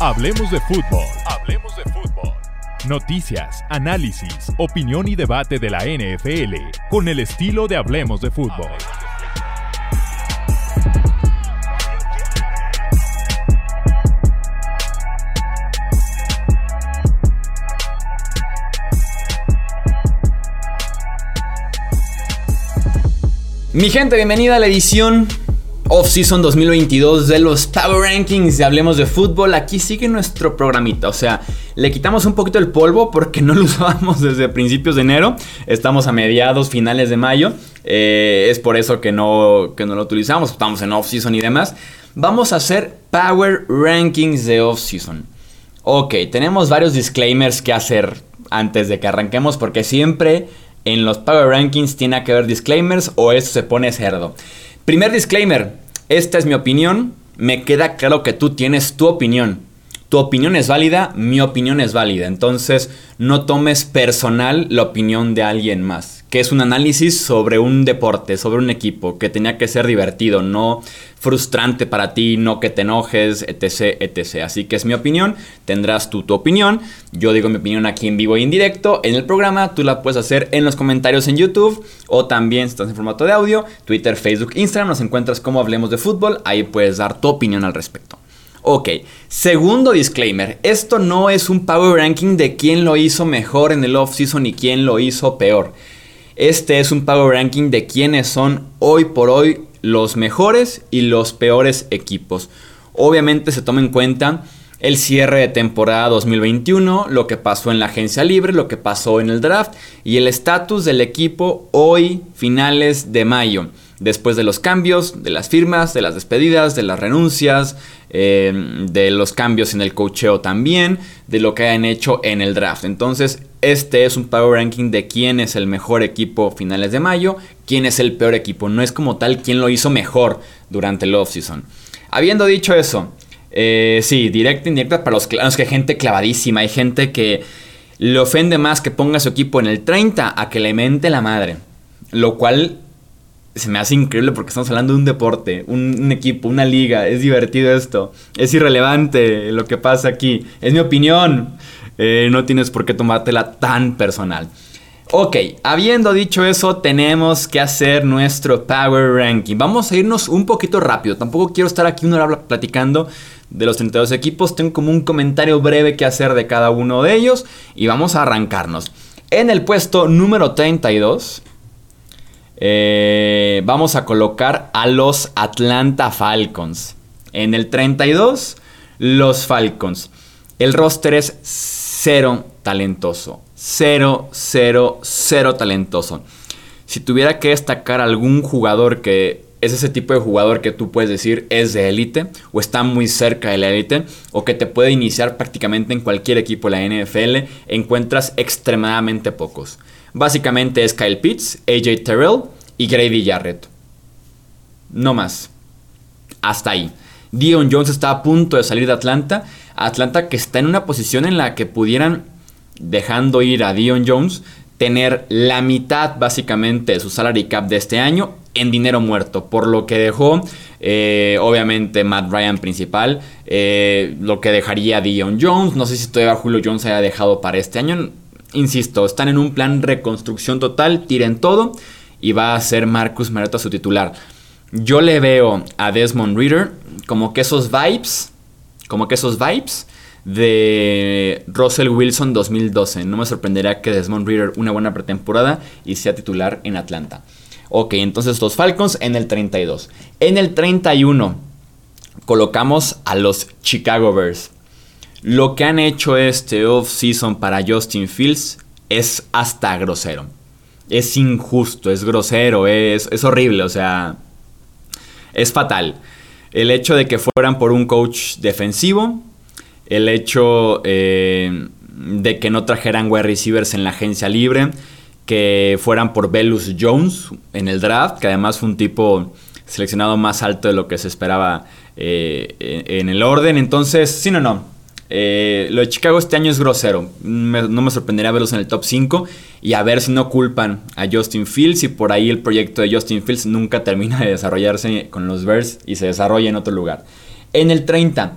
Hablemos de fútbol. Hablemos de fútbol. Noticias, análisis, opinión y debate de la NFL con el estilo de Hablemos de fútbol. Mi gente, bienvenida a la edición Off-Season 2022 de los Power Rankings de Hablemos de Fútbol. Aquí sigue nuestro programita, o sea, le quitamos un poquito el polvo porque no lo usábamos desde principios de enero. Estamos a mediados, finales de mayo. Es por eso que no lo utilizamos, estamos en Off-Season y demás. Vamos a hacer Power Rankings de Off-Season. Ok, tenemos varios disclaimers que hacer antes de que arranquemos porque siempre en los Power Rankings tiene que haber disclaimers o esto se pone cerdo. Primer disclaimer, esta es mi opinión, me queda claro que tú tienes tu opinión. Tu opinión es válida, mi opinión es válida, entonces no tomes personal la opinión de alguien más, que es un análisis sobre un deporte, sobre un equipo, que tenía que ser divertido, no frustrante para ti, no que te enojes, etc, etc. Así que es mi opinión, tendrás tú tu opinión, yo digo mi opinión aquí en vivo e en directo en el programa, tú la puedes hacer en los comentarios en YouTube o también si estás en formato de audio, Twitter, Facebook, Instagram, nos encuentras como Hablemos de Fútbol, ahí puedes dar tu opinión al respecto. Ok, segundo disclaimer, esto no es un Power Ranking de quién lo hizo mejor en el off-season y quién lo hizo peor. Este es un Power Ranking de quiénes son hoy por hoy los mejores y los peores equipos. Obviamente se toma en cuenta el cierre de temporada 2021, lo que pasó en la agencia libre, lo que pasó en el draft y el estatus del equipo hoy, finales de mayo. Después de los cambios, de las firmas, de las despedidas, de las renuncias, de los cambios en el coacheo también, de lo que hayan hecho en el draft. Entonces, este es un Power Ranking de quién es el mejor equipo finales de mayo, quién es el peor equipo. No es como tal quién lo hizo mejor durante el offseason. Habiendo dicho eso, sí, directa e indirecta para los claros, que hay gente clavadísima, hay gente que le ofende más que ponga su equipo en el 30 a que le mente la madre. Lo cual se me hace increíble porque estamos hablando de un deporte, un equipo, una liga. Es divertido esto. Es irrelevante lo que pasa aquí. Es mi opinión. No tienes por qué tomártela tan personal. Ok, habiendo dicho eso, tenemos que hacer nuestro Power Ranking. Vamos a irnos un poquito rápido. Tampoco quiero estar aquí una hora platicando de los 32 equipos. Tengo como un comentario breve que hacer de cada uno de ellos. Y vamos a arrancarnos. En el puesto número 32... vamos a colocar a los Atlanta Falcons. En el 32, los Falcons. El roster es cero talentoso. Cero talentoso. Si tuviera que destacar algún jugador que es ese tipo de jugador que tú puedes decir es de élite o está muy cerca de la élite o que te puede iniciar prácticamente en cualquier equipo de la NFL, encuentras extremadamente pocos. Básicamente es Kyle Pitts, AJ Terrell y Grady Jarrett. No más. Hasta ahí. Deion Jones está a punto de salir de Atlanta. Atlanta que está en una posición en la que pudieran, dejando ir a Deion Jones, tener la mitad básicamente de su salary cap de este año en dinero muerto. Por lo que dejó, obviamente, Matt Ryan principal. Lo que dejaría Deion Jones. No sé si todavía Julio Jones haya dejado para este año. Insisto, están en un plan reconstrucción total, tiren todo y va a ser Marcus Mariota su titular. Yo le veo a Desmond Ridder como que esos vibes de Russell Wilson 2012. No me sorprendería que Desmond Ridder una buena pretemporada y sea titular en Atlanta. Ok, entonces los Falcons en el 32. En el 31 colocamos a los Chicago Bears. Lo que han hecho este off-season para Justin Fields es hasta grosero. Es injusto, es grosero, es horrible, o sea, es fatal. El hecho de que fueran por un coach defensivo, el hecho de que no trajeran wide receivers en la agencia libre, que fueran por Velus Jones en el draft, que además fue un tipo seleccionado más alto de lo que se esperaba en el orden. Entonces, sí, no. Lo de Chicago este año es grosero. No me sorprendería verlos en el top 5 y a ver si no culpan a Justin Fields y por ahí el proyecto de Justin Fields nunca termina de desarrollarse con los Bears y se desarrolla en otro lugar. En el 30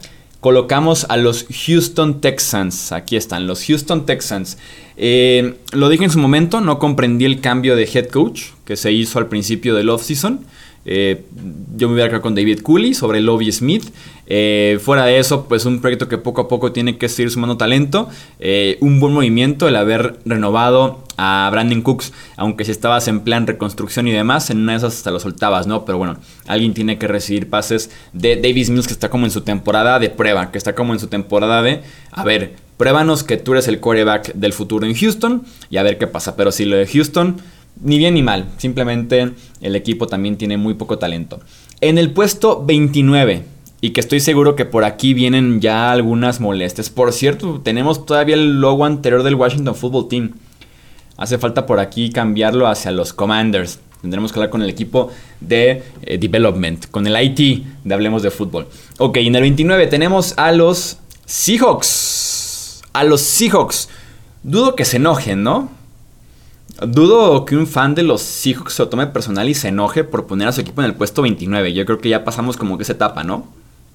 colocamos a los Houston Texans. Aquí están, los Houston Texans. Lo dije en su momento, no comprendí el cambio de head coach que se hizo al principio del offseason. Yo me voy a quedar con David Cooley sobre Lovie Smith. Fuera de eso, pues un proyecto que poco a poco tiene que seguir sumando talento. Un buen movimiento el haber renovado a Brandon Cooks, aunque si estabas en plan reconstrucción y demás, en una de esas hasta lo soltabas, ¿no? Pero bueno, alguien tiene que recibir pases de Davis Mills, que está como en su temporada de prueba, que está como en su temporada de, a ver, pruébanos que tú eres el quarterback del futuro en Houston y a ver qué pasa. Pero si lo de Houston, ni bien ni mal, simplemente el equipo también tiene muy poco talento. En el puesto 29, y que estoy seguro que por aquí vienen ya algunas molestias. Por cierto, tenemos todavía el logo anterior del Washington Football Team. Hace falta por aquí cambiarlo hacia los Commanders. Tendremos que hablar con el equipo de Development, con el IT de Hablemos de Fútbol. Ok, en el 29 tenemos a los Seahawks. Dudo que se enojen, ¿no? Dudo que un fan de los Seahawks se lo tome personal y se enoje por poner a su equipo en el puesto 29. Yo creo que ya pasamos como que esa etapa, ¿no?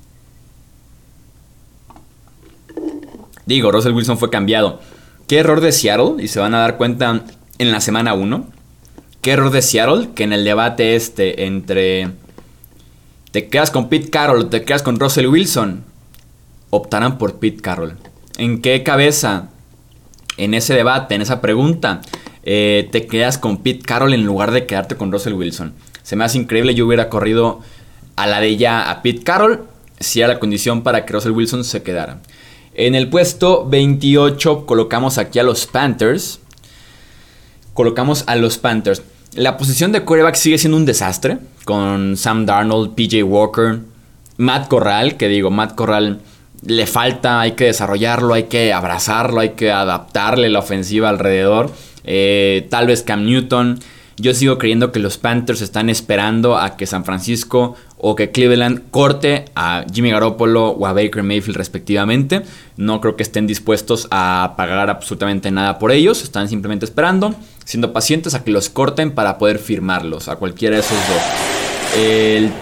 Digo, Russell Wilson fue cambiado. ¿Qué error de Seattle? Y se van a dar cuenta en la semana 1. ¿Qué error de Seattle? Que en el debate entre ¿te quedas con Pete Carroll o te quedas con Russell Wilson? Optarán por Pete Carroll. ¿En qué cabeza? En ese debate, en esa pregunta, te quedas con Pete Carroll en lugar de quedarte con Russell Wilson. Se me hace increíble. Yo hubiera corrido a la de ya a Pete Carroll si era la condición para que Russell Wilson se quedara. En el puesto 28 colocamos aquí a los Panthers. La posición de quarterback sigue siendo un desastre, con Sam Darnold, PJ Walker, Matt Corral, Matt Corral le falta, hay que desarrollarlo, hay que abrazarlo, hay que adaptarle la ofensiva alrededor. Tal vez Cam Newton. Yo sigo creyendo que los Panthers están esperando a que San Francisco o que Cleveland corte a Jimmy Garoppolo o a Baker Mayfield respectivamente. No creo que estén dispuestos a pagar absolutamente nada por ellos. Están simplemente esperando, siendo pacientes a que los corten para poder firmarlos a cualquiera de esos dos.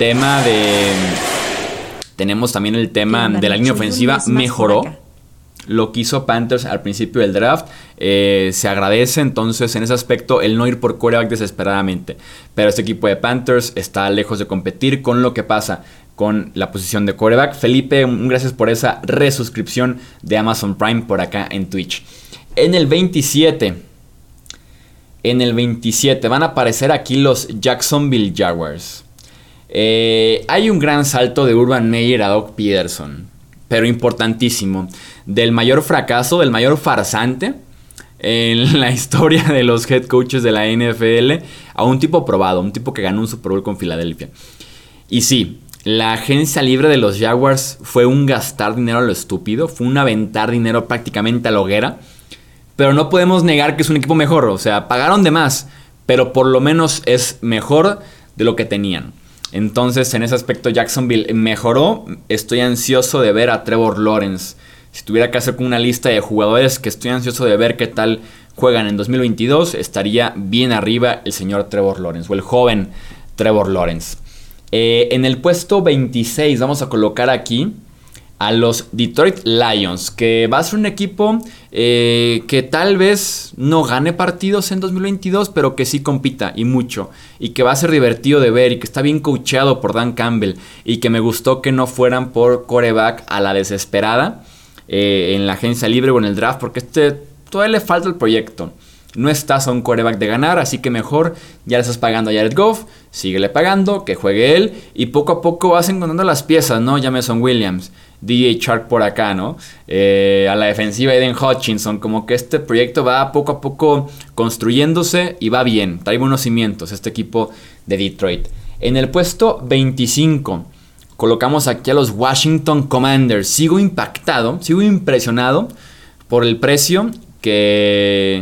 Tenemos también el tema de la línea ofensiva. Mejoró lo que hizo Panthers al principio del draft. Se agradece entonces en ese aspecto el no ir por quarterback desesperadamente. Pero este equipo de Panthers está lejos de competir con lo que pasa con la posición de quarterback. Felipe, gracias por esa resuscripción de Amazon Prime por acá en Twitch. En el 27 van a aparecer aquí los Jacksonville Jaguars. Hay un gran salto de Urban Meyer a Doug Peterson, pero importantísimo. Del mayor fracaso, del mayor farsante en la historia de los head coaches de la NFL a un tipo probado, un tipo que ganó un Super Bowl con Filadelfia. Y sí, la agencia libre de los Jaguars fue un gastar dinero a lo estúpido, fue un aventar dinero prácticamente a la hoguera, pero no podemos negar que es un equipo mejor. O sea, pagaron de más, pero por lo menos es mejor de lo que tenían. Entonces, en ese aspecto Jacksonville mejoró. Estoy ansioso de ver a Trevor Lawrence. Si tuviera que hacer con una lista de jugadores que estoy ansioso de ver qué tal juegan en 2022, estaría bien arriba el señor Trevor Lawrence, o el joven Trevor Lawrence. En el puesto 26 vamos a colocar aquí a los Detroit Lions, que va a ser un equipo que tal vez no gane partidos en 2022, pero que sí compita y mucho, y que va a ser divertido de ver, y que está bien coacheado por Dan Campbell, y que me gustó que no fueran por quarterback a la desesperada en la agencia libre o en el draft, porque todavía le falta el proyecto. No estás a un quarterback de ganar, así que mejor ya le estás pagando a Jared Goff, síguele pagando, que juegue él, y poco a poco vas encontrando las piezas, ¿no? Jameson Williams, DJ Chark por acá, ¿no? A la defensiva Aiden Hutchinson, como que este proyecto va poco a poco construyéndose y va bien, trae buenos cimientos este equipo de Detroit. En el puesto 25 colocamos aquí a los Washington Commanders. Sigo impactado, sigo impresionado por el precio que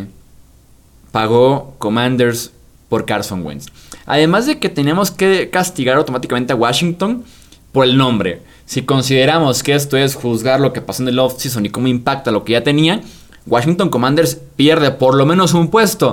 pagó Commanders por Carson Wentz. Además de que tenemos que castigar automáticamente a Washington por el nombre. Si consideramos que esto es juzgar lo que pasó en el offseason y cómo impacta lo que ya tenía, Washington Commanders pierde por lo menos un puesto,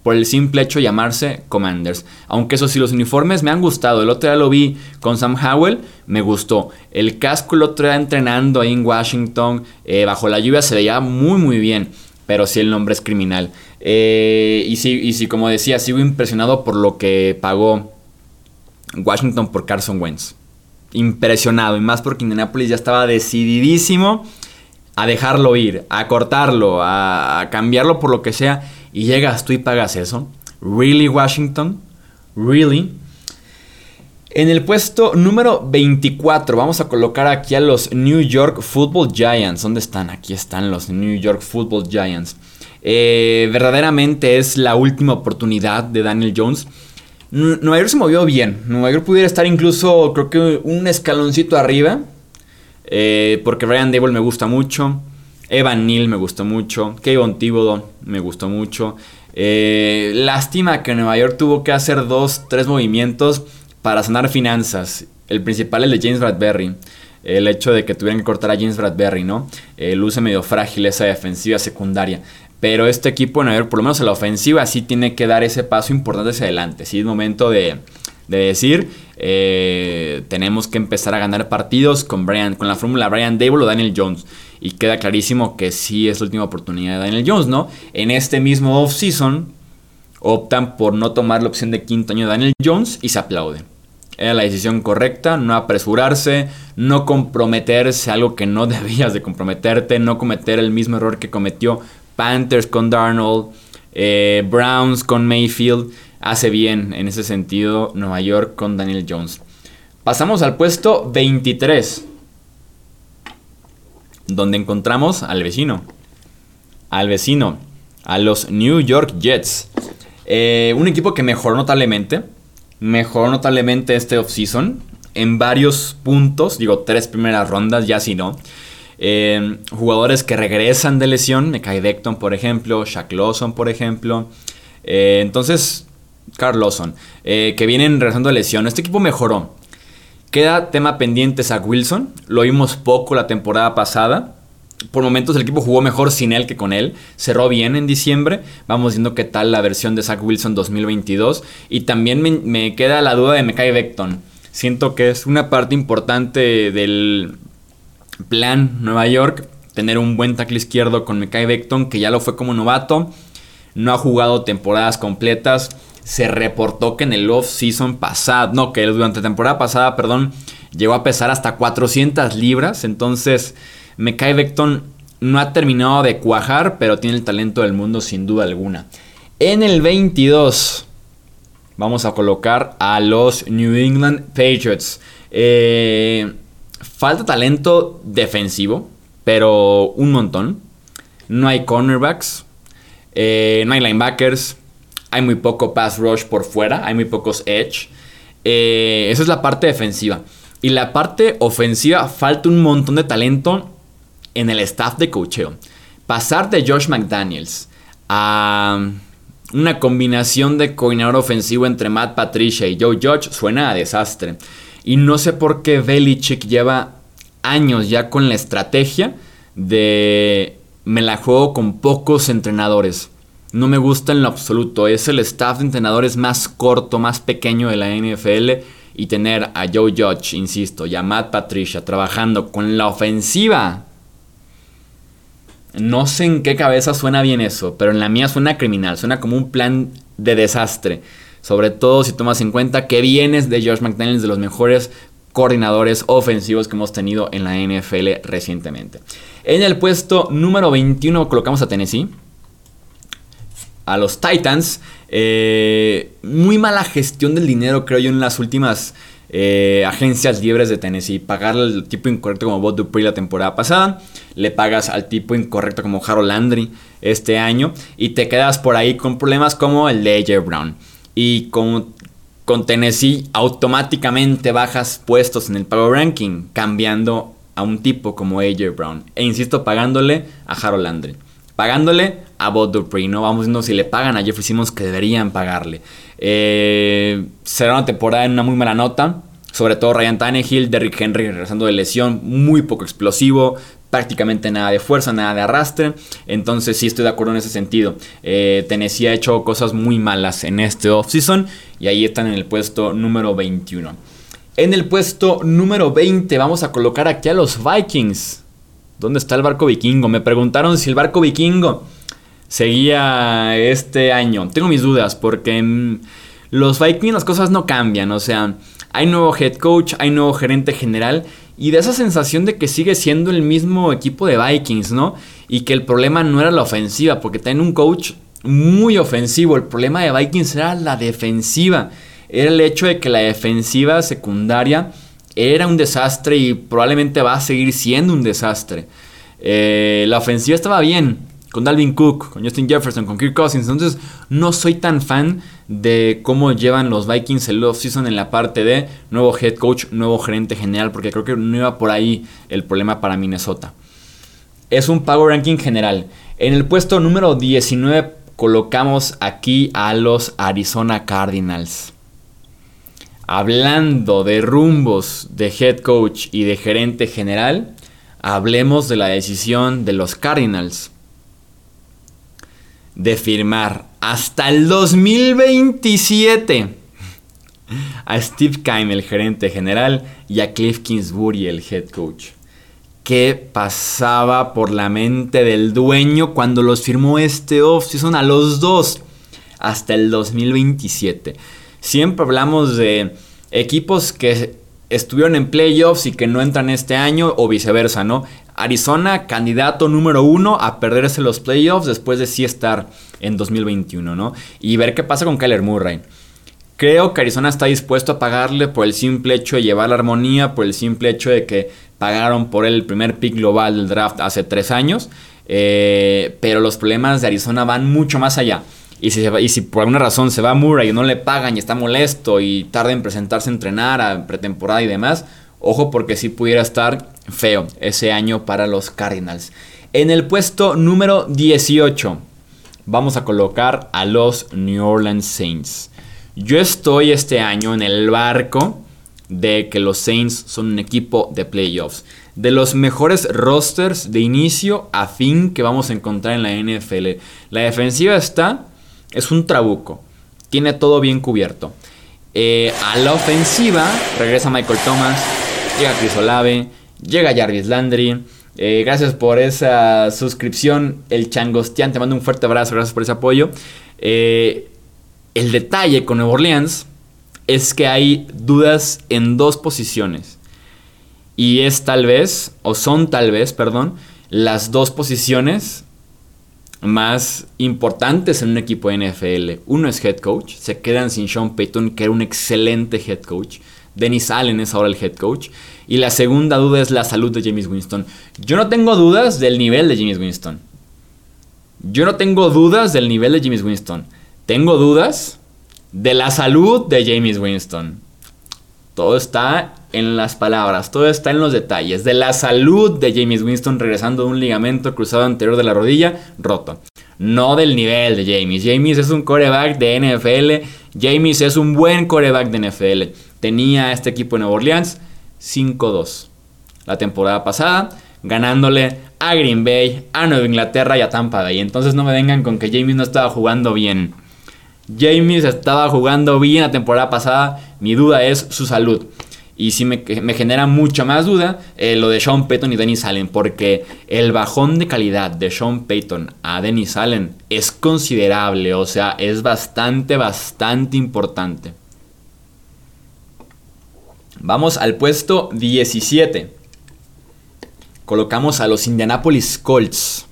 por el simple hecho de llamarse Commanders. Aunque eso sí, los uniformes me han gustado. El otro día lo vi con Sam Howell, me gustó. El casco el otro día entrenando ahí en Washington, bajo la lluvia, se veía muy muy bien. Pero sí, el nombre es criminal. Y sí, como decía, sigo impresionado por lo que pagó Washington por Carson Wentz. Impresionado, y más porque Indianapolis ya estaba decididísimo a dejarlo ir, a cortarlo, a cambiarlo por lo que sea. Y llegas tú y pagas eso. ¿Really, Washington? ¿Really? En el puesto número 24 vamos a colocar aquí a los New York Football Giants. ¿Dónde están? Aquí están los New York Football Giants. Verdaderamente es la última oportunidad de Daniel Jones. Nueva York se movió bien. Nueva York pudiera estar incluso, creo que un escaloncito arriba. Porque Brian Daboll me gusta mucho. Evan Neal me gustó mucho. Kayvon Thibodeau me gustó mucho. Lástima que Nueva York tuvo que hacer 2-3 movimientos para sanar finanzas. El principal, el de James Bradberry. El hecho de que tuvieran que cortar a James Bradberry, ¿no? Luce medio frágil esa defensiva secundaria. Pero este equipo de Nueva York, por lo menos en la ofensiva, sí tiene que dar ese paso importante hacia adelante. Sí, es momento de decir, tenemos que empezar a ganar partidos con la fórmula Brian Daboll o Daniel Jones. Y queda clarísimo que sí es la última oportunidad de Daniel Jones, ¿no? En este mismo offseason optan por no tomar la opción de quinto año de Daniel Jones y se aplaude. Era la decisión correcta, no apresurarse, no comprometerse, algo que no debías de comprometerte, no cometer el mismo error que cometió Panthers con Darnold, Browns con Mayfield. Hace bien en ese sentido Nueva York con Daniel Jones. Pasamos al puesto 23, donde encontramos al vecino, a los New York Jets. Un equipo que mejoró notablemente este offseason en varios puntos. Digo, 3 primeras rondas, ya si no. Jugadores que regresan de lesión, Mekhi Becton por ejemplo, Shaq Lawson por ejemplo. Entonces, Carl Lawson, que vienen regresando de lesión. Este equipo mejoró. Queda tema pendiente Zach Wilson. Lo vimos poco la temporada pasada. Por momentos el equipo jugó mejor sin él que con él. Cerró bien en diciembre. Vamos viendo qué tal la versión de Zach Wilson 2022. Y también me queda la duda de Mekhi Becton. Siento que es una parte importante del plan Nueva York tener un buen tackle izquierdo con Mekhi Becton, que ya lo fue como novato. No ha jugado temporadas completas. Se reportó que en el off-season pasado, no, que durante la temporada pasada, llegó a pesar hasta 400 libras. Entonces, Mekhi Becton no ha terminado de cuajar, pero tiene el talento del mundo sin duda alguna. En el 22 vamos a colocar a los New England Patriots. Falta talento defensivo, pero un montón. No hay cornerbacks, no hay linebackers. Hay muy poco pass rush por fuera. Hay muy pocos edge. Esa es la parte defensiva. Y la parte ofensiva, falta un montón de talento en el staff de coacheo. Pasar de Josh McDaniels a una combinación de coordinador ofensivo entre Matt Patricia y Joe Judge suena a desastre. Y no sé por qué Belichick lleva años ya con la estrategia de me la juego con pocos entrenadores. No me gusta en lo absoluto. Es el staff de entrenadores más corto, más pequeño de la NFL. Y tener a Joe Judge, insisto, y a Matt Patricia trabajando con la ofensiva. No sé en qué cabeza suena bien eso, pero en la mía suena criminal. Suena como un plan de desastre. Sobre todo si tomas en cuenta que vienes de Josh McDaniels, de los mejores coordinadores ofensivos que hemos tenido en la NFL recientemente. En el puesto número 21 colocamos a Tennessee. A los Titans. Muy mala gestión del dinero, creo yo, en las últimas agencias libres de Tennessee. Pagarle al tipo incorrecto como Bud Dupree la temporada pasada. Le pagas al tipo incorrecto como Harold Landry este año. Y te quedas por ahí con problemas como el de AJ Brown. Y con Tennessee automáticamente bajas puestos en el Power Ranking, cambiando a un tipo como AJ Brown. E insisto, pagándole a Harold Landry, pagándole a Bud Dupree, ¿no? Vamos viendo si le pagan a Jeffrey Simmons, que deberían pagarle. Será una temporada en una muy mala nota. Sobre todo Ryan Tannehill, Derrick Henry regresando de lesión, muy poco explosivo. prácticamente nada de fuerza, nada de arrastre. Entonces sí estoy de acuerdo en ese sentido. Tennessee ha hecho cosas muy malas en este offseason y ahí están en el puesto número 21. En el puesto número 20 vamos a colocar aquí a los Vikings. ¿Dónde está el barco vikingo? Me preguntaron si el barco vikingo seguía este año. Tengo mis dudas porque los Vikings las cosas no cambian. O sea, hay nuevo head coach, hay nuevo gerente general y da esa sensación de que sigue siendo el mismo equipo de Vikings, ¿no? Y que el problema no era la ofensiva, porque tienen un coach muy ofensivo. El problema de Vikings era la defensiva. Era el hecho de que la defensiva secundaria era un desastre y probablemente va a seguir siendo un desastre. La ofensiva estaba bien, con Dalvin Cook, con Justin Jefferson, con Kirk Cousins. Entonces no soy tan fan de cómo llevan los Vikings el offseason en la parte de nuevo head coach, nuevo gerente general, porque creo que no iba por ahí el problema para Minnesota. Es un power ranking general. En el puesto número 19 colocamos aquí a los Arizona Cardinals. Hablando de rumbos de head coach y de gerente general, hablemos de la decisión de los Cardinals de firmar hasta el 2027 a Steve Keim, el gerente general, y a Cliff Kingsbury, el head coach. ¿Qué pasaba por la mente del dueño cuando los firmó este offseason a los dos? Hasta el 2027. Siempre hablamos de equipos que estuvieron en playoffs y que no entran este año o viceversa, ¿no? Arizona, candidato número 1 a perderse los playoffs después de sí estar en 2021, ¿no? Y ver qué pasa con Kyler Murray. Creo que Arizona está dispuesto a pagarle por el simple hecho de llevar la armonía, por el simple hecho de que pagaron por él el primer pick global del draft hace 3 años. Pero los problemas de Arizona van mucho más allá. Y si por alguna razón se va Murray y no le pagan y está molesto y tarda en presentarse a entrenar a pretemporada y demás, ojo porque sí pudiera estar feo ese año para los Cardinals. En el puesto número 18 vamos a colocar a los New Orleans Saints. Yo estoy este año en el barco de que los Saints son un equipo de playoffs. De los mejores rosters de inicio a fin que vamos a encontrar en la NFL. La defensiva es un trabuco. Tiene todo bien cubierto. A la ofensiva regresa Michael Thomas, llega Chris Olave, llega Jarvis Landry. Gracias por esa suscripción, el Changostian. Te mando un fuerte abrazo, gracias por ese apoyo. El detalle con Nueva Orleans es que hay dudas en 2 posiciones. Y son tal vez, las 2 posiciones más importantes en un equipo de NFL. Uno es head coach. Se quedan sin Sean Payton, que era un excelente head coach. Dennis Allen es ahora el head coach. Y la segunda duda es la salud de Jameis Winston. Yo no tengo dudas del nivel de Jameis Winston. Tengo dudas de la salud de Jameis Winston. Todo está en las palabras, todo está en los detalles. De la salud de Jameis Winston regresando de un ligamento cruzado anterior de la rodilla roto. No del nivel de Jameis. Jameis es un quarterback de NFL. Jameis es un buen quarterback de NFL. Tenía a este equipo de Nueva Orleans 5-2 la temporada pasada, ganándole a Green Bay, a Nueva Inglaterra y a Tampa Bay. Entonces no me vengan con que Jameis no estaba jugando bien. Jameis estaba jugando bien la temporada pasada. Mi duda es su salud. Y sí me genera mucha más duda lo de Sean Payton y Dennis Allen, porque el bajón de calidad de Sean Payton a Dennis Allen es considerable. O sea, es bastante importante. Vamos al puesto 17. Colocamos a los Indianapolis Colts.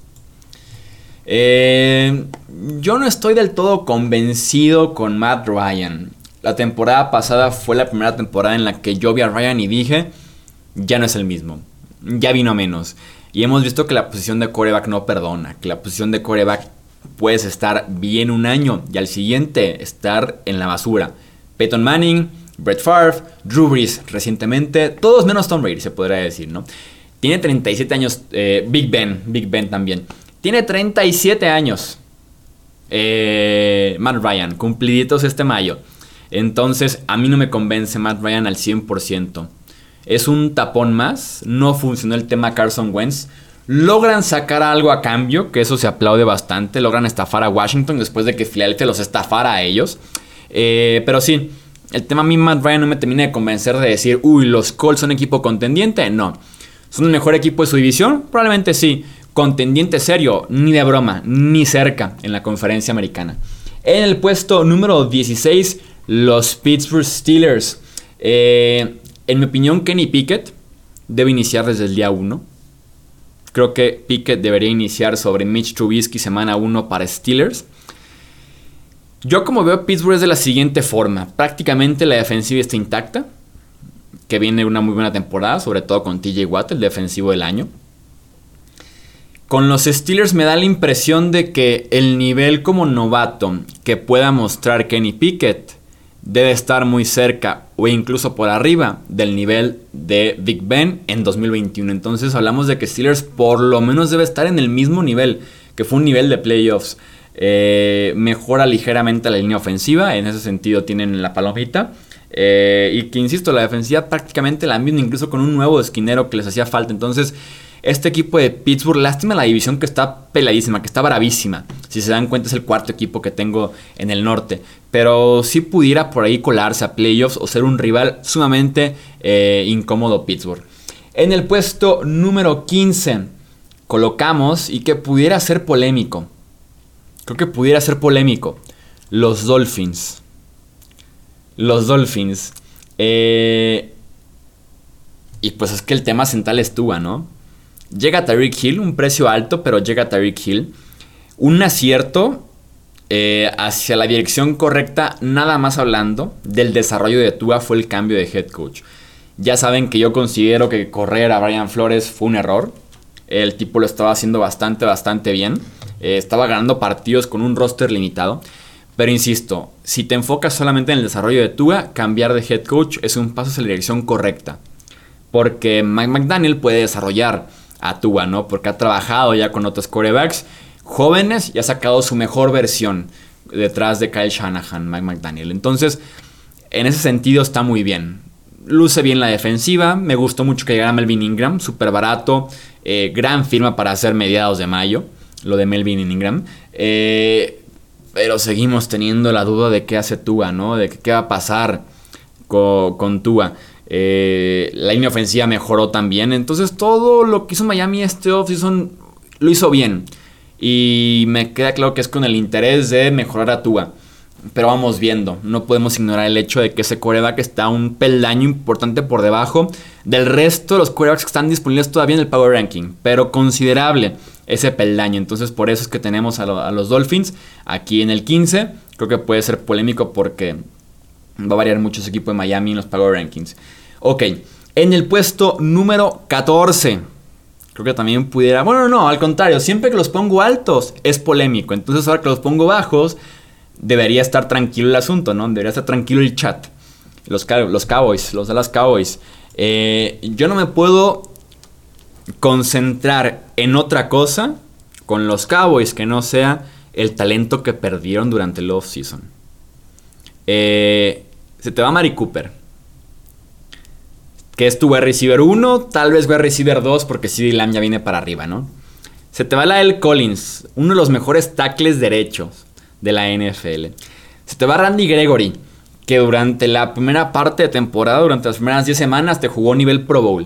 Yo no estoy del todo convencido con Matt Ryan. La temporada pasada fue la primera temporada en la que yo vi a Ryan y dije, ya no es el mismo, ya vino a menos. Y hemos visto que la posición de quarterback no perdona, que la posición de quarterback puedes estar bien un año y al siguiente estar en la basura. Peyton Manning, Brett Favre, Drew Brees recientemente, todos menos Tom Brady se podría decir, ¿no? Tiene 37 años, Big Ben también. Tiene 37 años Matt Ryan, cumpliditos este mayo. Entonces a mí no me convence Matt Ryan al 100%. Es un tapón más. No funcionó el tema Carson Wentz. Logran sacar algo a cambio, que eso se aplaude bastante. Logran estafar a Washington después de que Philadelphia los estafara a ellos. Pero sí, el tema a mí Matt Ryan no me termina de convencer de decir, uy, los Colts son equipo contendiente. No. ¿Son el mejor equipo de su división? Probablemente sí. Contendiente serio, ni de broma, ni cerca en la conferencia americana. En el puesto número 16, los Pittsburgh Steelers. En mi opinión, Kenny Pickett debe iniciar desde el día 1. Creo que Pickett debería iniciar sobre Mitch Trubisky semana 1 para Steelers. Yo como veo Pittsburgh es de la siguiente forma. Prácticamente la defensiva está intacta, que viene una muy buena temporada, sobre todo con TJ Watt, el defensivo del año. Con los Steelers me da la impresión de que el nivel como novato que pueda mostrar Kenny Pickett debe estar muy cerca o incluso por arriba del nivel de Big Ben en 2021. Entonces hablamos de que Steelers por lo menos debe estar en el mismo nivel, que fue un nivel de playoffs. Mejora ligeramente la línea ofensiva, en ese sentido tienen la palomita. Y que insisto, la defensiva prácticamente la misma, incluso con un nuevo esquinero que les hacía falta. Entonces este equipo de Pittsburgh, lástima la división que está peladísima, que está bravísima. Si se dan cuenta es el cuarto equipo que tengo en el norte. Pero si pudiera por ahí colarse a playoffs o ser un rival sumamente incómodo Pittsburgh. En el puesto número 15 colocamos, y que pudiera ser polémico. Creo que pudiera ser polémico. Los Dolphins. Los Dolphins. Y pues es que el tema central es Tua, ¿no? Llega Tyreek Hill, un precio alto, pero llega Tyreek Hill. Un acierto hacia la dirección correcta, nada más hablando del desarrollo de Tua, fue el cambio de head coach. Ya saben que yo considero que correr a Brian Flores fue un error. El tipo lo estaba haciendo bastante bien. Estaba ganando partidos con un roster limitado. Pero insisto, si te enfocas solamente en el desarrollo de Tua, cambiar de head coach es un paso hacia la dirección correcta. Porque Mike McDaniel puede desarrollar a Tua, ¿no? Porque ha trabajado ya con otros quarterbacks jóvenes y ha sacado su mejor versión detrás de Kyle Shanahan, Mike McDaniel. Entonces, en ese sentido está muy bien. Luce bien la defensiva. Me gustó mucho que llegara Melvin Ingram, súper barato. Gran firma para hacer mediados de mayo, lo de Melvin Ingram. Pero seguimos teniendo la duda de qué hace Tua, ¿no? De qué va a pasar con Tua. La línea ofensiva mejoró también. Entonces todo lo que hizo Miami este offseason lo hizo bien. Y me queda claro que es con el interés de mejorar a Tua. Pero vamos viendo. No podemos ignorar el hecho de que ese quarterback está un peldaño importante por debajo del resto de los quarterbacks que están disponibles todavía en el Power Ranking. Pero considerable ese peldaño. Entonces por eso es que tenemos a los Dolphins aquí en el 15. Creo que puede ser polémico porque va a variar mucho ese equipo de Miami en los Power Rankings. Ok, en el puesto número 14. Creo que también pudiera... Bueno, no, al contrario. Siempre que los pongo altos es polémico. Entonces ahora que los pongo bajos, debería estar tranquilo el asunto, ¿no? Debería estar tranquilo el chat. Los Cowboys, los Dallas Cowboys. Yo no me puedo concentrar en otra cosa con los Cowboys que no sea el talento que perdieron durante el offseason. Se te va Mari Cooper, que es tu wide receiver 1, tal vez wide receiver 2, porque CeeDee Lamb ya viene para arriba, ¿no? Se te va La'el Collins, uno de los mejores tackles derechos de la NFL. Se te va Randy Gregory, que durante la primera parte de temporada, durante las primeras 10 semanas, te jugó nivel Pro Bowl.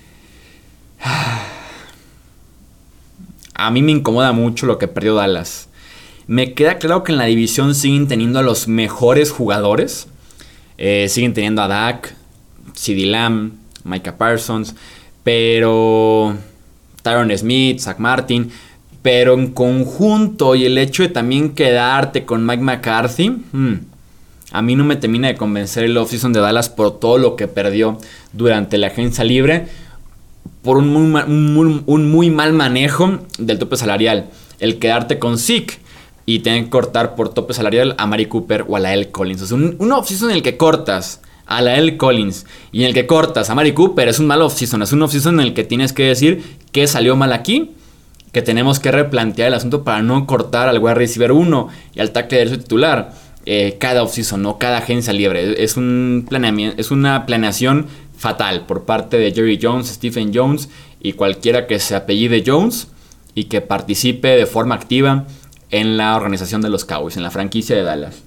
A mí me incomoda mucho lo que perdió Dallas. Me queda claro que en la división siguen teniendo a los mejores jugadores. Siguen teniendo a Dak, CeeDee Lamb, Micah Parsons, pero Tyron Smith, Zach Martin. Pero en conjunto y el hecho de también quedarte con Mike McCarthy, a mí no me termina de convencer el offseason de Dallas por todo lo que perdió durante la agencia libre, por un muy mal manejo del tope salarial. El quedarte con Zeke y tener que cortar por tope salarial a Mari Cooper o a La'el Collins. O sea, un offseason en el que cortas a La'el Collins y en el que cortas a Mari Cooper es un mal offseason. Es un offseason en el que tienes que decir qué salió mal aquí, que tenemos que replantear el asunto para no cortar al wide receiver 1 y al tackle derecho titular cada offseason, no cada agencia libre. Es una planeación fatal por parte de Jerry Jones, Stephen Jones y cualquiera que se apellide Jones y que participe de forma activa en la organización de los Cowboys, en la franquicia de Dallas.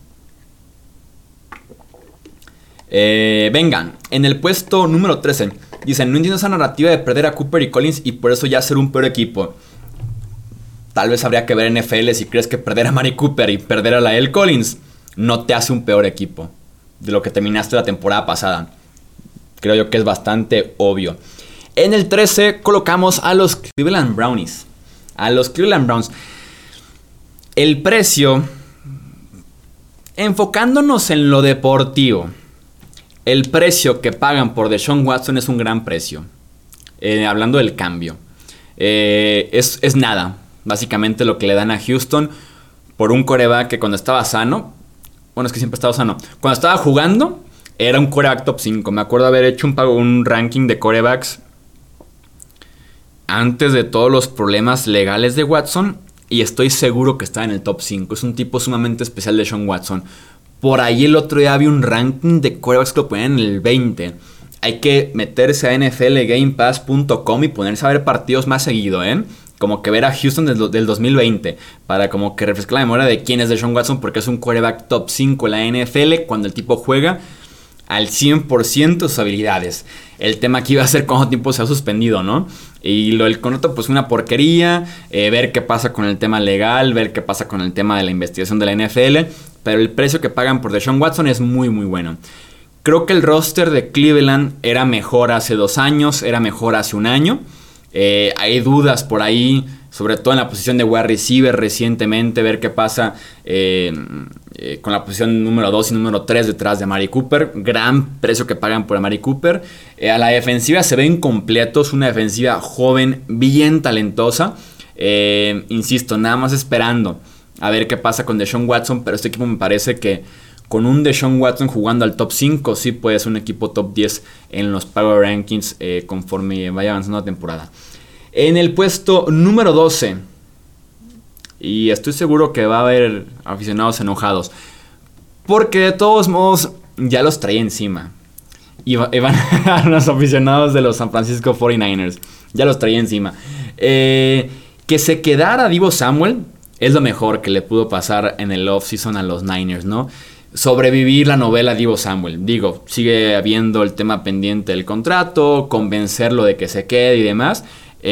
Vengan, en el puesto número 13 dicen: no entiendo esa narrativa de perder a Cooper y Collins y por eso ya ser un peor equipo. Tal vez habría que ver NFL si crees que perder a Mari Cooper y perder a Lael Collins no te hace un peor equipo de lo que terminaste la temporada pasada. Creo yo que es bastante obvio. En el 13 colocamos a los Cleveland Brownies. A los Cleveland Browns. El precio, enfocándonos en lo deportivo, el precio que pagan por Deshaun Watson es un gran precio. Hablando del cambio. Es nada. Básicamente lo que le dan a Houston por un quarterback que cuando estaba sano, bueno, es que siempre estaba sano, cuando estaba jugando era un quarterback top 5. Me acuerdo haber hecho un ranking de quarterbacks antes de todos los problemas legales de Watson y estoy seguro que está en el top 5. Es un tipo sumamente especial de Deshaun Watson. Por ahí el otro día había un ranking de quarterbacks que lo ponían en el 20. Hay que meterse a nflgamepass.com y ponerse a ver partidos más seguido, como que ver a Houston del 2020 para como que refrescar la memoria de quién es Deshaun Watson, porque es un quarterback top 5 en la NFL cuando el tipo juega al 100% sus habilidades. El tema aquí va a ser cuánto tiempo se ha suspendido, ¿no? Y lo del contrato pues una porquería, ver qué pasa con el tema legal, ver qué pasa con el tema de la investigación de la NFL, pero el precio que pagan por Deshaun Watson es muy muy bueno. Creo que el roster de Cleveland era mejor hace 2 años, era mejor hace 1 año. Hay dudas por ahí, sobre todo en la posición de wide receiver recientemente, ver qué pasa con la posición número 2 y número 3 detrás de Amari Cooper. Gran precio que pagan por Amari Cooper. A la defensiva se ven completos, una defensiva joven, bien talentosa. Insisto, nada más esperando a ver qué pasa con Deshaun Watson, pero este equipo me parece que con un Deshaun Watson jugando al top 5 sí puede ser un equipo top 10 en los Power Rankings conforme vaya avanzando la temporada. En el puesto número 12, y estoy seguro que va a haber aficionados enojados, porque de todos modos ya los traía encima. Y van a los aficionados de los San Francisco 49ers, ya los traía encima. Que se quedara Deebo Samuel es lo mejor que le pudo pasar en el offseason a los Niners, ¿no? Sobrevivir la novela Deebo Samuel. Digo, sigue habiendo el tema pendiente del contrato, convencerlo de que se quede y demás.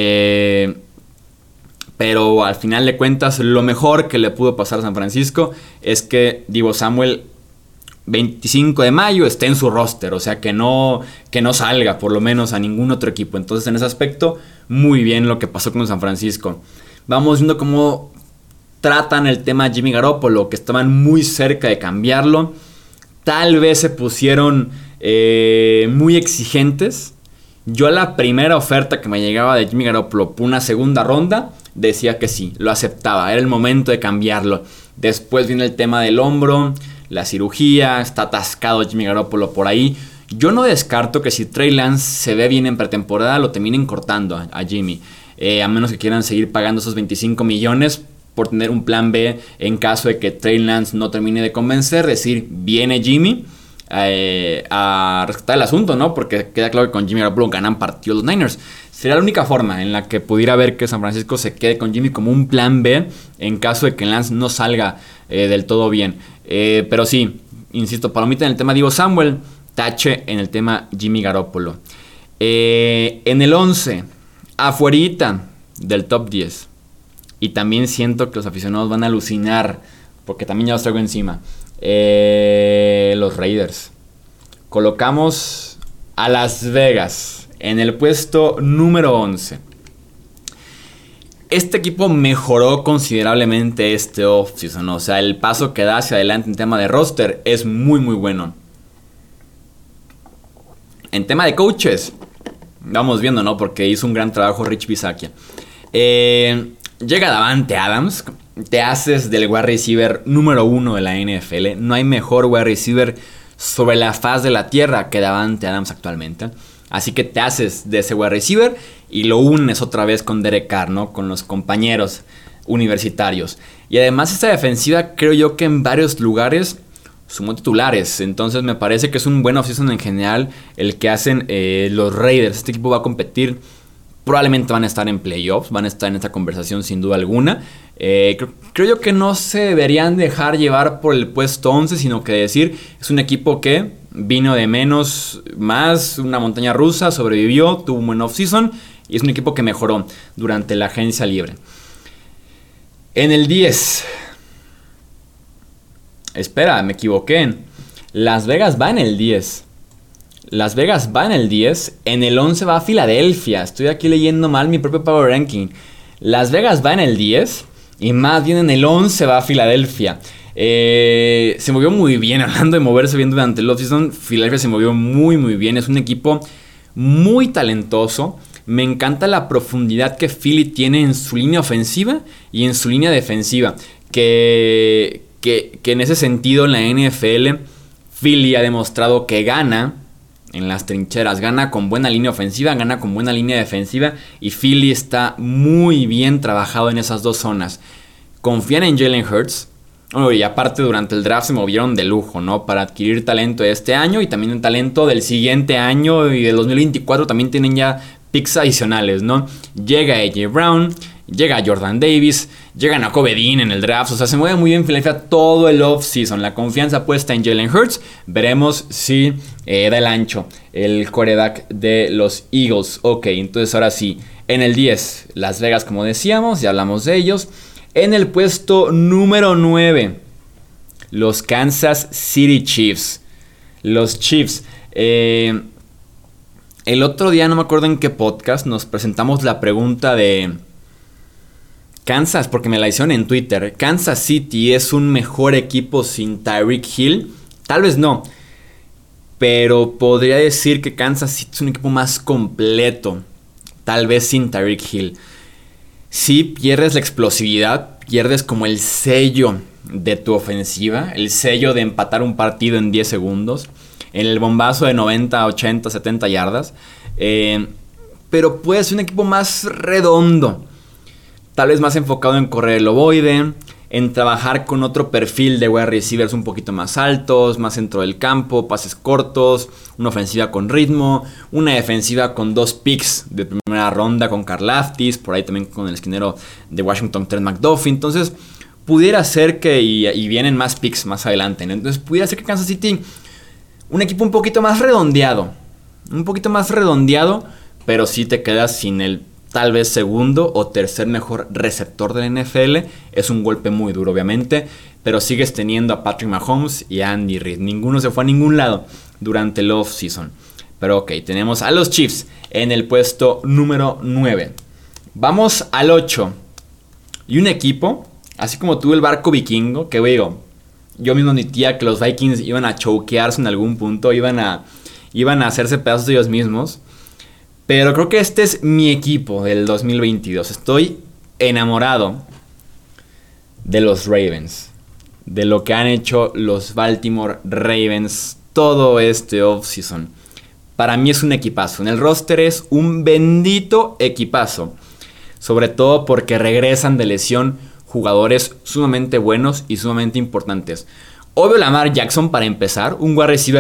Pero al final de cuentas, lo mejor que le pudo pasar a San Francisco es que Deebo Samuel 25 de mayo esté en su roster. O sea, que no salga por lo menos a ningún otro equipo. Entonces, en ese aspecto, muy bien lo que pasó con San Francisco. Vamos viendo cómo tratan el tema de Jimmy Garoppolo, que estaban muy cerca de cambiarlo. Tal vez se pusieron muy exigentes. Yo a la primera oferta que me llegaba de Jimmy Garoppolo por una segunda ronda, decía que sí, lo aceptaba, era el momento de cambiarlo. Después viene el tema del hombro, la cirugía, está atascado Jimmy Garoppolo por ahí. Yo no descarto que si Trey Lance se ve bien en pretemporada, lo terminen cortando a Jimmy. A menos que quieran seguir pagando esos 25 millones por tener un plan B en caso de que Trey Lance no termine de convencer. Decir, viene Jimmy a rescatar el asunto, ¿no? Porque queda claro que con Jimmy Garoppolo ganan partidos los Niners. Sería la única forma en la que pudiera ver que San Francisco se quede con Jimmy como un plan B en caso de que Lance no salga del todo bien. Pero sí, insisto, palomita en el tema Deebo Samuel, tache en el tema Jimmy Garoppolo. En el 11, afuerita del top 10. Y también siento que los aficionados van a alucinar, porque también ya los traigo encima. Los Raiders. Colocamos a Las Vegas en el puesto número 11. Este equipo mejoró considerablemente este offseason. O sea, el paso que da hacia adelante en tema de roster es muy muy bueno. En tema de coaches, vamos viendo, ¿no? Porque hizo un gran trabajo Rich Bisaccia. Llega Davante Adams. Te haces del wide receiver número 1 de la NFL. No hay mejor wide receiver sobre la faz de la tierra que Davante Adams actualmente. Así que te haces de ese wide receiver y lo unes otra vez con Derek Carr, ¿no? Con los compañeros universitarios. Y además esta defensiva creo yo que en varios lugares sumó titulares. Entonces me parece que es un buen offseason en general el que hacen los Raiders. Este equipo va a competir. Probablemente van a estar en playoffs, van a estar en esta conversación sin duda alguna. Creo yo que no se deberían dejar llevar por el puesto 11, sino que decir, es un equipo que vino de menos más, una montaña rusa, sobrevivió, tuvo un buen offseason y es un equipo que mejoró durante la agencia libre. En el 10, espera, me equivoqué. Las Vegas va en el 10. Las Vegas va en el 10. En el 11 va a Filadelfia. Estoy aquí leyendo mal mi propio Power Ranking. Las Vegas va en el 10. Y más bien en el 11 va a Filadelfia. Se movió muy bien. Hablando de moverse bien durante el offseason, Filadelfia se movió muy muy bien. Es un equipo muy talentoso. Me encanta la profundidad que Philly tiene en su línea ofensiva y en su línea defensiva. Que en ese sentido en la NFL Philly ha demostrado que gana en las trincheras, gana con buena línea ofensiva, gana con buena línea defensiva, y Philly está muy bien trabajado en esas dos zonas. Confían en Jalen Hurts, y aparte durante el draft se movieron de lujo, ¿no? Para adquirir talento de este año y también el talento del siguiente año y del 2024 también tienen ya picks adicionales, ¿no? Llega AJ Brown, llega Jordan Davis, llega Nakobe Dean en el draft. O sea, se mueve muy bien Philadelphia todo el offseason. La confianza puesta en Jalen Hurts. Veremos si da el ancho el quarterback de los Eagles. Ok, entonces ahora sí. En el 10, Las Vegas, como decíamos, ya hablamos de ellos. En el puesto número 9, los Kansas City Chiefs. Los Chiefs. El otro día, no me acuerdo en qué podcast, nos presentamos la pregunta de Kansas, porque me la hicieron en Twitter. ¿Kansas City es un mejor equipo sin Tyreek Hill? Tal vez no, pero podría decir que Kansas City es un equipo más completo, tal vez sin Tyreek Hill. Sí pierdes la explosividad, pierdes como el sello de tu ofensiva, el sello de empatar un partido en 10 segundos, en el bombazo de 90, 80, 70 yardas, pero puede ser un equipo más redondo. Tal vez más enfocado en correr el ovoide, en trabajar con otro perfil de wide receivers un poquito más altos, más centro del campo, pases cortos, una ofensiva con ritmo, una defensiva con 2 picks de primera ronda con Karlaftis, por ahí también con el esquinero de Washington, Trent McDuffie. Entonces, pudiera ser que, y vienen más picks más adelante, ¿no? Entonces, pudiera ser que Kansas City, un equipo un poquito más redondeado, pero sí te quedas sin el tal vez segundo o tercer mejor receptor de la NFL. Es un golpe muy duro, obviamente, pero sigues teniendo a Patrick Mahomes y a Andy Reid. Ninguno se fue a ningún lado durante el offseason. Pero ok, tenemos a los Chiefs en el puesto número 9. Vamos al 8. Y un equipo, así como tuvo el barco vikingo, que digo, yo mismo admitía que los Vikings iban a choquearse en algún punto, iban a hacerse pedazos de ellos mismos. Pero creo que este es mi equipo del 2022. Estoy enamorado de los Ravens, de lo que han hecho los Baltimore Ravens todo este offseason. Para mí es un equipazo. En el roster es un bendito equipazo. Sobre todo porque regresan de lesión jugadores sumamente buenos y sumamente importantes. Obvio, Lamar Jackson para empezar, un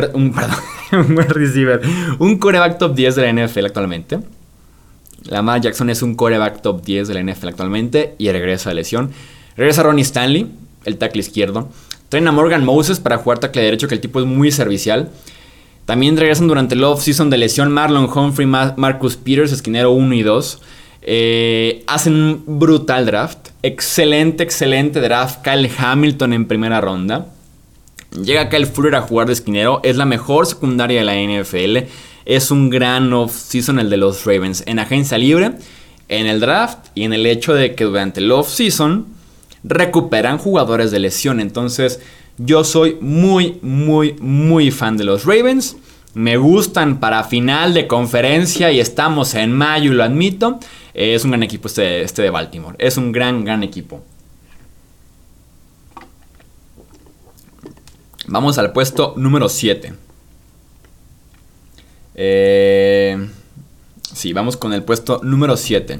quarterback top 10 de la NFL actualmente. Lamar Jackson es un quarterback top 10 de la NFL actualmente y regresa de lesión. Regresa Ronnie Stanley, el tackle izquierdo. Traen a Morgan Moses para jugar tackle derecho, que el tipo es muy servicial. También regresan durante el off-season de lesión Marlon Humphrey, Marcus Peters, esquinero 1 y 2. Hacen un brutal draft. Excelente draft. Kyle Hamilton en primera ronda. Llega Kyle Fuller a jugar de esquinero. Es la mejor secundaria de la NFL. Es un gran off-season el de los Ravens. En agencia libre, en el draft y en el hecho de que durante el off-season recuperan jugadores de lesión. Entonces, yo soy muy fan de los Ravens. Me gustan para final de conferencia y estamos en mayo, lo admito. Es un gran equipo este de Baltimore. Es un gran equipo. Vamos al puesto número 7. Sí, vamos con el puesto número 7.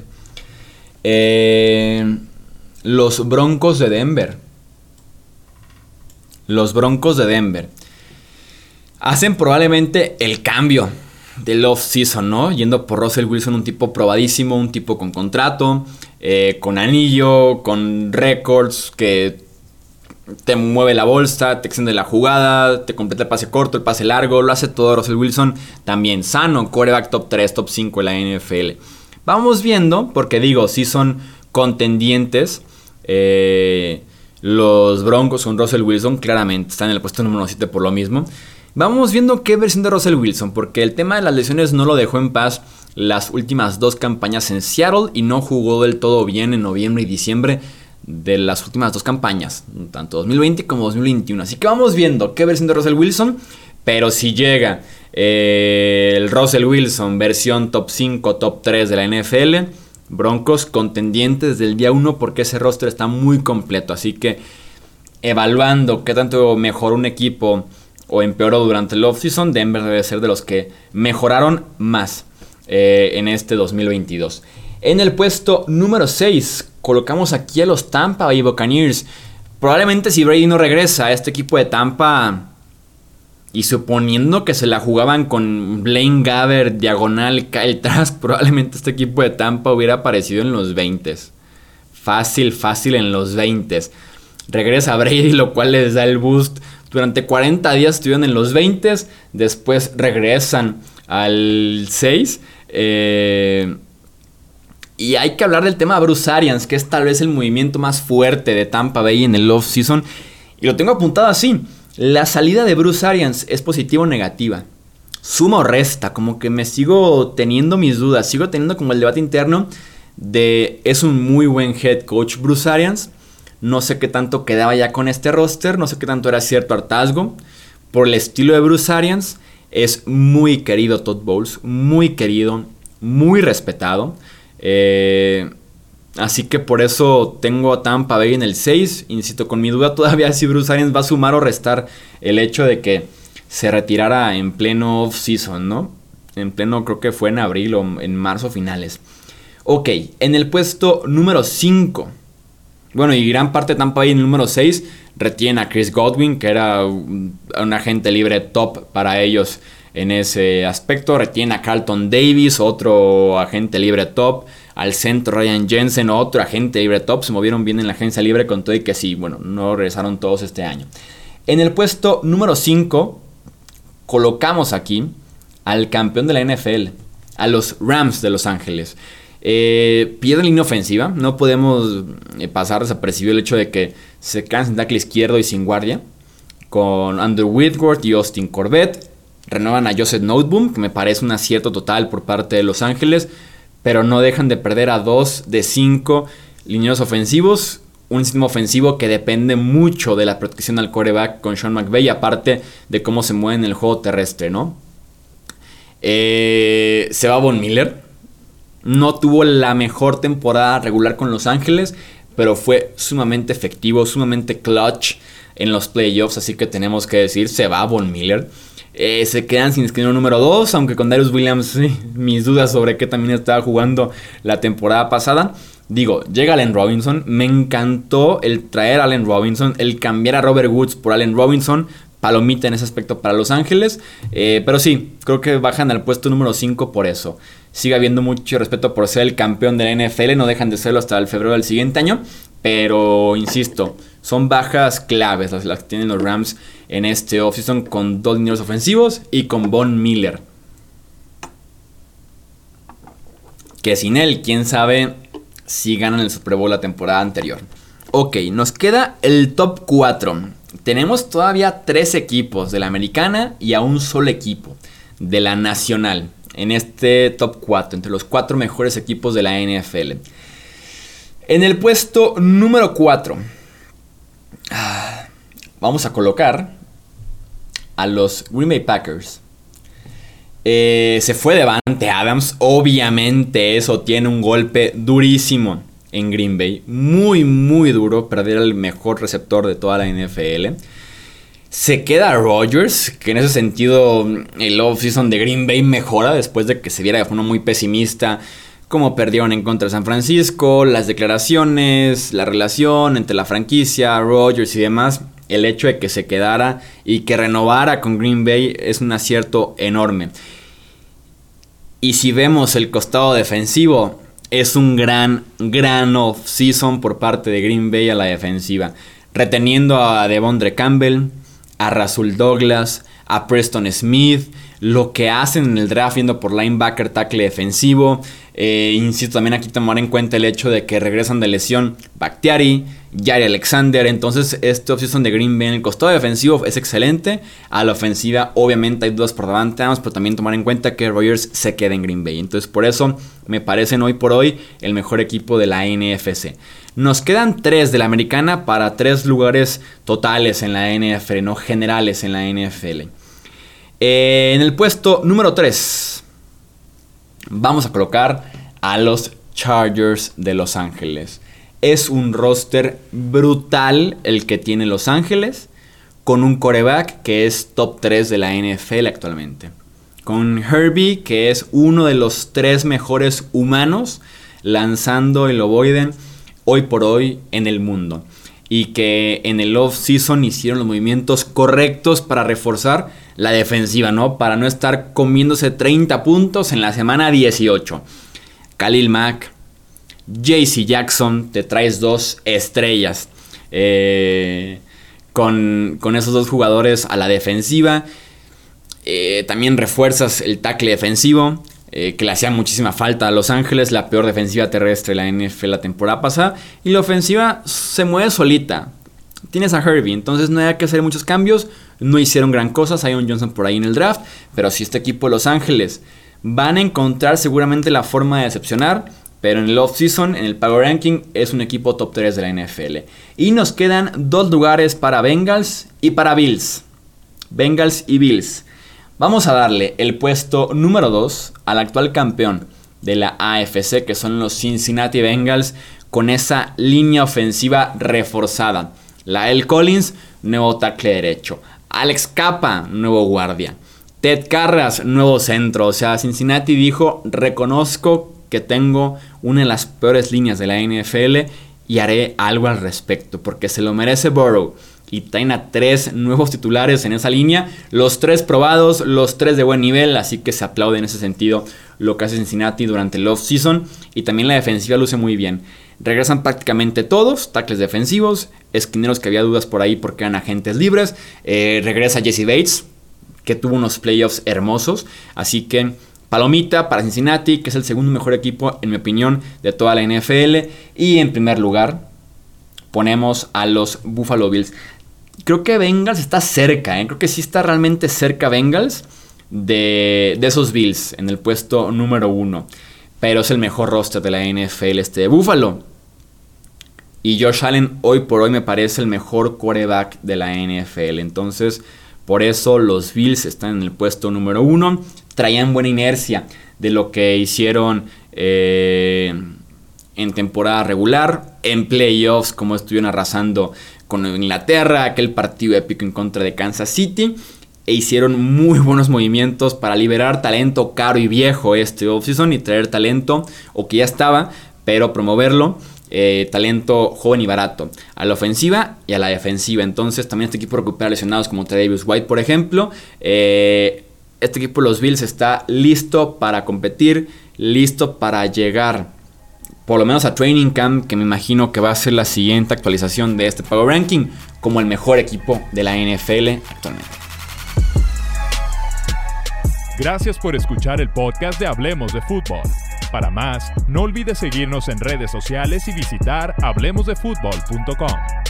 Los Broncos de Denver. los Broncos de Denver hacen probablemente el cambio del off-season, ¿no? Yendo por Russell Wilson, un tipo probadísimo, un tipo con contrato, con anillo, con récords, que te mueve la bolsa, te extiende la jugada, te completa el pase corto, el pase largo, lo hace todo Russell Wilson. También sano, quarterback top 3, top 5 en la NFL. Vamos viendo, porque digo, sí son contendientes. Los Broncos con Russell Wilson claramente están en el puesto número 7 por lo mismo. Vamos viendo qué versión de Russell Wilson, porque el tema de las lesiones no lo dejó en paz las últimas 2 campañas en Seattle y no jugó del todo bien en noviembre y diciembre de las últimas 2 campañas, tanto 2020 como 2021. Así que vamos viendo qué versión de Russell Wilson, pero si llega el Russell Wilson versión top 5, top 3 de la NFL, Broncos contendientes del día 1 porque ese roster está muy completo. Así que evaluando qué tanto mejoró un equipo o empeoró durante el offseason, Denver debe ser de los que mejoraron más en este 2022. En el puesto número 6 colocamos aquí a los Tampa Bay Buccaneers. Probablemente si Brady no regresa a este equipo de Tampa, y suponiendo que se la jugaban con Blaine Gabbert, diagonal, Kyle Trask, probablemente este equipo de Tampa hubiera aparecido en los 20s. Fácil en los 20s. Regresa Brady, lo cual les da el boost. Durante 40 días estuvieron en los 20s. Después regresan al 6. Y hay que hablar del tema de Bruce Arians, que es tal vez el movimiento más fuerte de Tampa Bay en el off-season. Y lo tengo apuntado así. La salida de Bruce Arians es positiva o negativa. Suma o resta, como que me sigo teniendo mis dudas. Sigo teniendo como el debate interno de es un muy buen head coach Bruce Arians. No sé qué tanto quedaba ya con este roster. No sé qué tanto era cierto hartazgo. Por el estilo de Bruce Arians, es muy querido Todd Bowles. Muy querido, muy respetado. Así que por eso tengo a Tampa Bay en el 6. Insisto, con mi duda todavía si Bruce Arians va a sumar o restar el hecho de que se retirara en pleno off-season, ¿no? En pleno, creo que fue en abril o en marzo finales. Ok, en el puesto número 5. Bueno, y gran parte de Tampa Bay en el número 6 retiene a Chris Godwin, que era un agente libre top para ellos en ese aspecto. Retiene a Carlton Davis, otro agente libre top. Al centro Ryan Jensen, otro agente libre top. Se movieron bien en la agencia libre con todo y que sí, bueno, no regresaron todos este año. En el puesto número 5 colocamos aquí al campeón de la NFL, a los Rams de Los Ángeles. Pierden línea ofensiva. No podemos pasar desapercibido el hecho de que se quedan sin tackle izquierdo y sin guardia, con Andrew Whitworth y Austin Corbett. Renuevan a Joseph Noteboom, que me parece un acierto total por parte de Los Ángeles, pero no dejan de perder a 2 de 5 linieros ofensivos. Un sistema ofensivo que depende mucho de la protección al quarterback con Sean McVay, aparte de cómo se mueve en el juego terrestre, ¿no? Se va Von Miller. No tuvo la mejor temporada regular con Los Ángeles, pero fue sumamente efectivo, sumamente clutch en los playoffs, así que tenemos que decir, se va Von Miller. Se quedan sin esquinero número 2, aunque con Darius Williams mis dudas sobre qué también estaba jugando la temporada pasada. Digo, llega Allen Robinson. Me encantó el traer a Allen Robinson, el cambiar a Robert Woods por Allen Robinson. Palomita en ese aspecto para Los Ángeles. Pero sí, creo que bajan al puesto número 5 por eso. Sigue habiendo mucho respeto por ser el campeón de la NFL. No dejan de serlo hasta el febrero del siguiente año. Pero, insisto, son bajas claves las que tienen los Rams en este offseason, con 2 linieros ofensivos y con Von Miller, que sin él, quién sabe si ganan el Super Bowl la temporada anterior. Ok, nos queda el top 4. Tenemos todavía 3 equipos de la americana y a un solo equipo de la nacional en este top 4, entre los 4 mejores equipos de la NFL. En el puesto número 4 vamos a colocar a los Green Bay Packers. Se fue Davante Adams. Obviamente eso tiene un golpe durísimo en Green Bay. Muy, muy duro perder al mejor receptor de toda la NFL. Se queda Rodgers, que en ese sentido el offseason de Green Bay mejora después de que se viera de forma muy pesimista cómo perdieron en contra de San Francisco, las declaraciones, la relación entre la franquicia, Rodgers y demás. el hecho de que se quedara y que renovara con Green Bay es un acierto enorme. Y si vemos el costado defensivo, es un gran off-season por parte de Green Bay a la defensiva. Reteniendo a Devondre Campbell, a Rasul Douglas, a Preston Smith, lo que hacen en el draft yendo por linebacker, tackle defensivo. Insisto, también aquí tomar en cuenta el hecho de que regresan de lesión Bakhtiari, Jaire Alexander. Entonces este offseason de Green Bay en el costado defensivo es excelente. A la ofensiva obviamente hay dudas por delante, pero también tomar en cuenta que Rodgers se queda en Green Bay. Entonces por eso me parecen hoy por hoy el mejor equipo de la NFC. Nos quedan 3 de la americana para 3 lugares totales en la NFL, no generales en la NFL. En el puesto número 3 vamos a colocar a los Chargers de Los Ángeles. Es un roster brutal el que tiene Los Ángeles, con un quarterback que es top 3 de la NFL actualmente. Con Herbie, que es uno de los 3 mejores humanos lanzando el ovoide hoy por hoy en el mundo. Y que en el off-season hicieron los movimientos correctos para reforzar la defensiva, ¿no? Para no estar comiéndose 30 puntos en la semana 18. Khalil Mack, JC Jackson, te traes 2 estrellas. Con esos 2 jugadores a la defensiva. También refuerzas el tackle defensivo, que le hacía muchísima falta a Los Ángeles, la peor defensiva terrestre de la NFL la temporada pasada. Y la ofensiva se mueve solita. Tienes a Herbie, entonces no hay que hacer muchos cambios. No hicieron gran cosa, Zion Johnson por ahí en el draft. Pero si este equipo de Los Ángeles van a encontrar seguramente la forma de decepcionar. Pero en el off-season, en el Power Ranking, es un equipo top 3 de la NFL. Y nos quedan 2 lugares para Bengals y para Bills. Bengals y Bills. Vamos a darle el puesto número 2 al actual campeón de la AFC, que son los Cincinnati Bengals, con esa línea ofensiva reforzada. Lael Collins, nuevo tackle derecho. Alex Capa, nuevo guardia. Ted Karras, nuevo centro. O sea, Cincinnati dijo, reconozco que tengo una de las peores líneas de la NFL y haré algo al respecto, porque se lo merece Burrow. Y traen a 3 nuevos titulares en esa línea, los 3 probados, los 3 de buen nivel, así que se aplaude en ese sentido lo que hace Cincinnati durante el off-season. Y también la defensiva luce muy bien. Regresan prácticamente todos, tackles defensivos, esquineros que había dudas por ahí porque eran agentes libres. Regresa Jesse Bates, que tuvo unos playoffs hermosos, así que palomita para Cincinnati, que es el segundo mejor equipo, en mi opinión, de toda la NFL. Y en primer lugar ponemos a los Buffalo Bills. Creo que Bengals está cerca, creo que sí está realmente cerca Bengals de esos Bills en el puesto número 1. Pero es el mejor roster de la NFL de Buffalo. Y Josh Allen hoy por hoy me parece el mejor quarterback de la NFL. Entonces, por eso los Bills están en el puesto número 1. Traían buena inercia de lo que hicieron en temporada regular. En playoffs, como estuvieron arrasando con Inglaterra, aquel partido épico en contra de Kansas City. E hicieron muy buenos movimientos para liberar talento caro y viejo este offseason y traer talento, o que ya estaba, pero promoverlo. Talento joven y barato a la ofensiva y a la defensiva. Entonces también este equipo recupera lesionados como Tre'Davious White, por ejemplo. Este equipo de los Bills está listo para competir, listo para llegar por lo menos a Training Camp, que me imagino que va a ser la siguiente actualización de este Power Ranking, como el mejor equipo de la NFL actualmente. Gracias por escuchar el podcast de Hablemos de Fútbol. Para más, no olvides seguirnos en redes sociales y visitar hablemosdefutbol.com.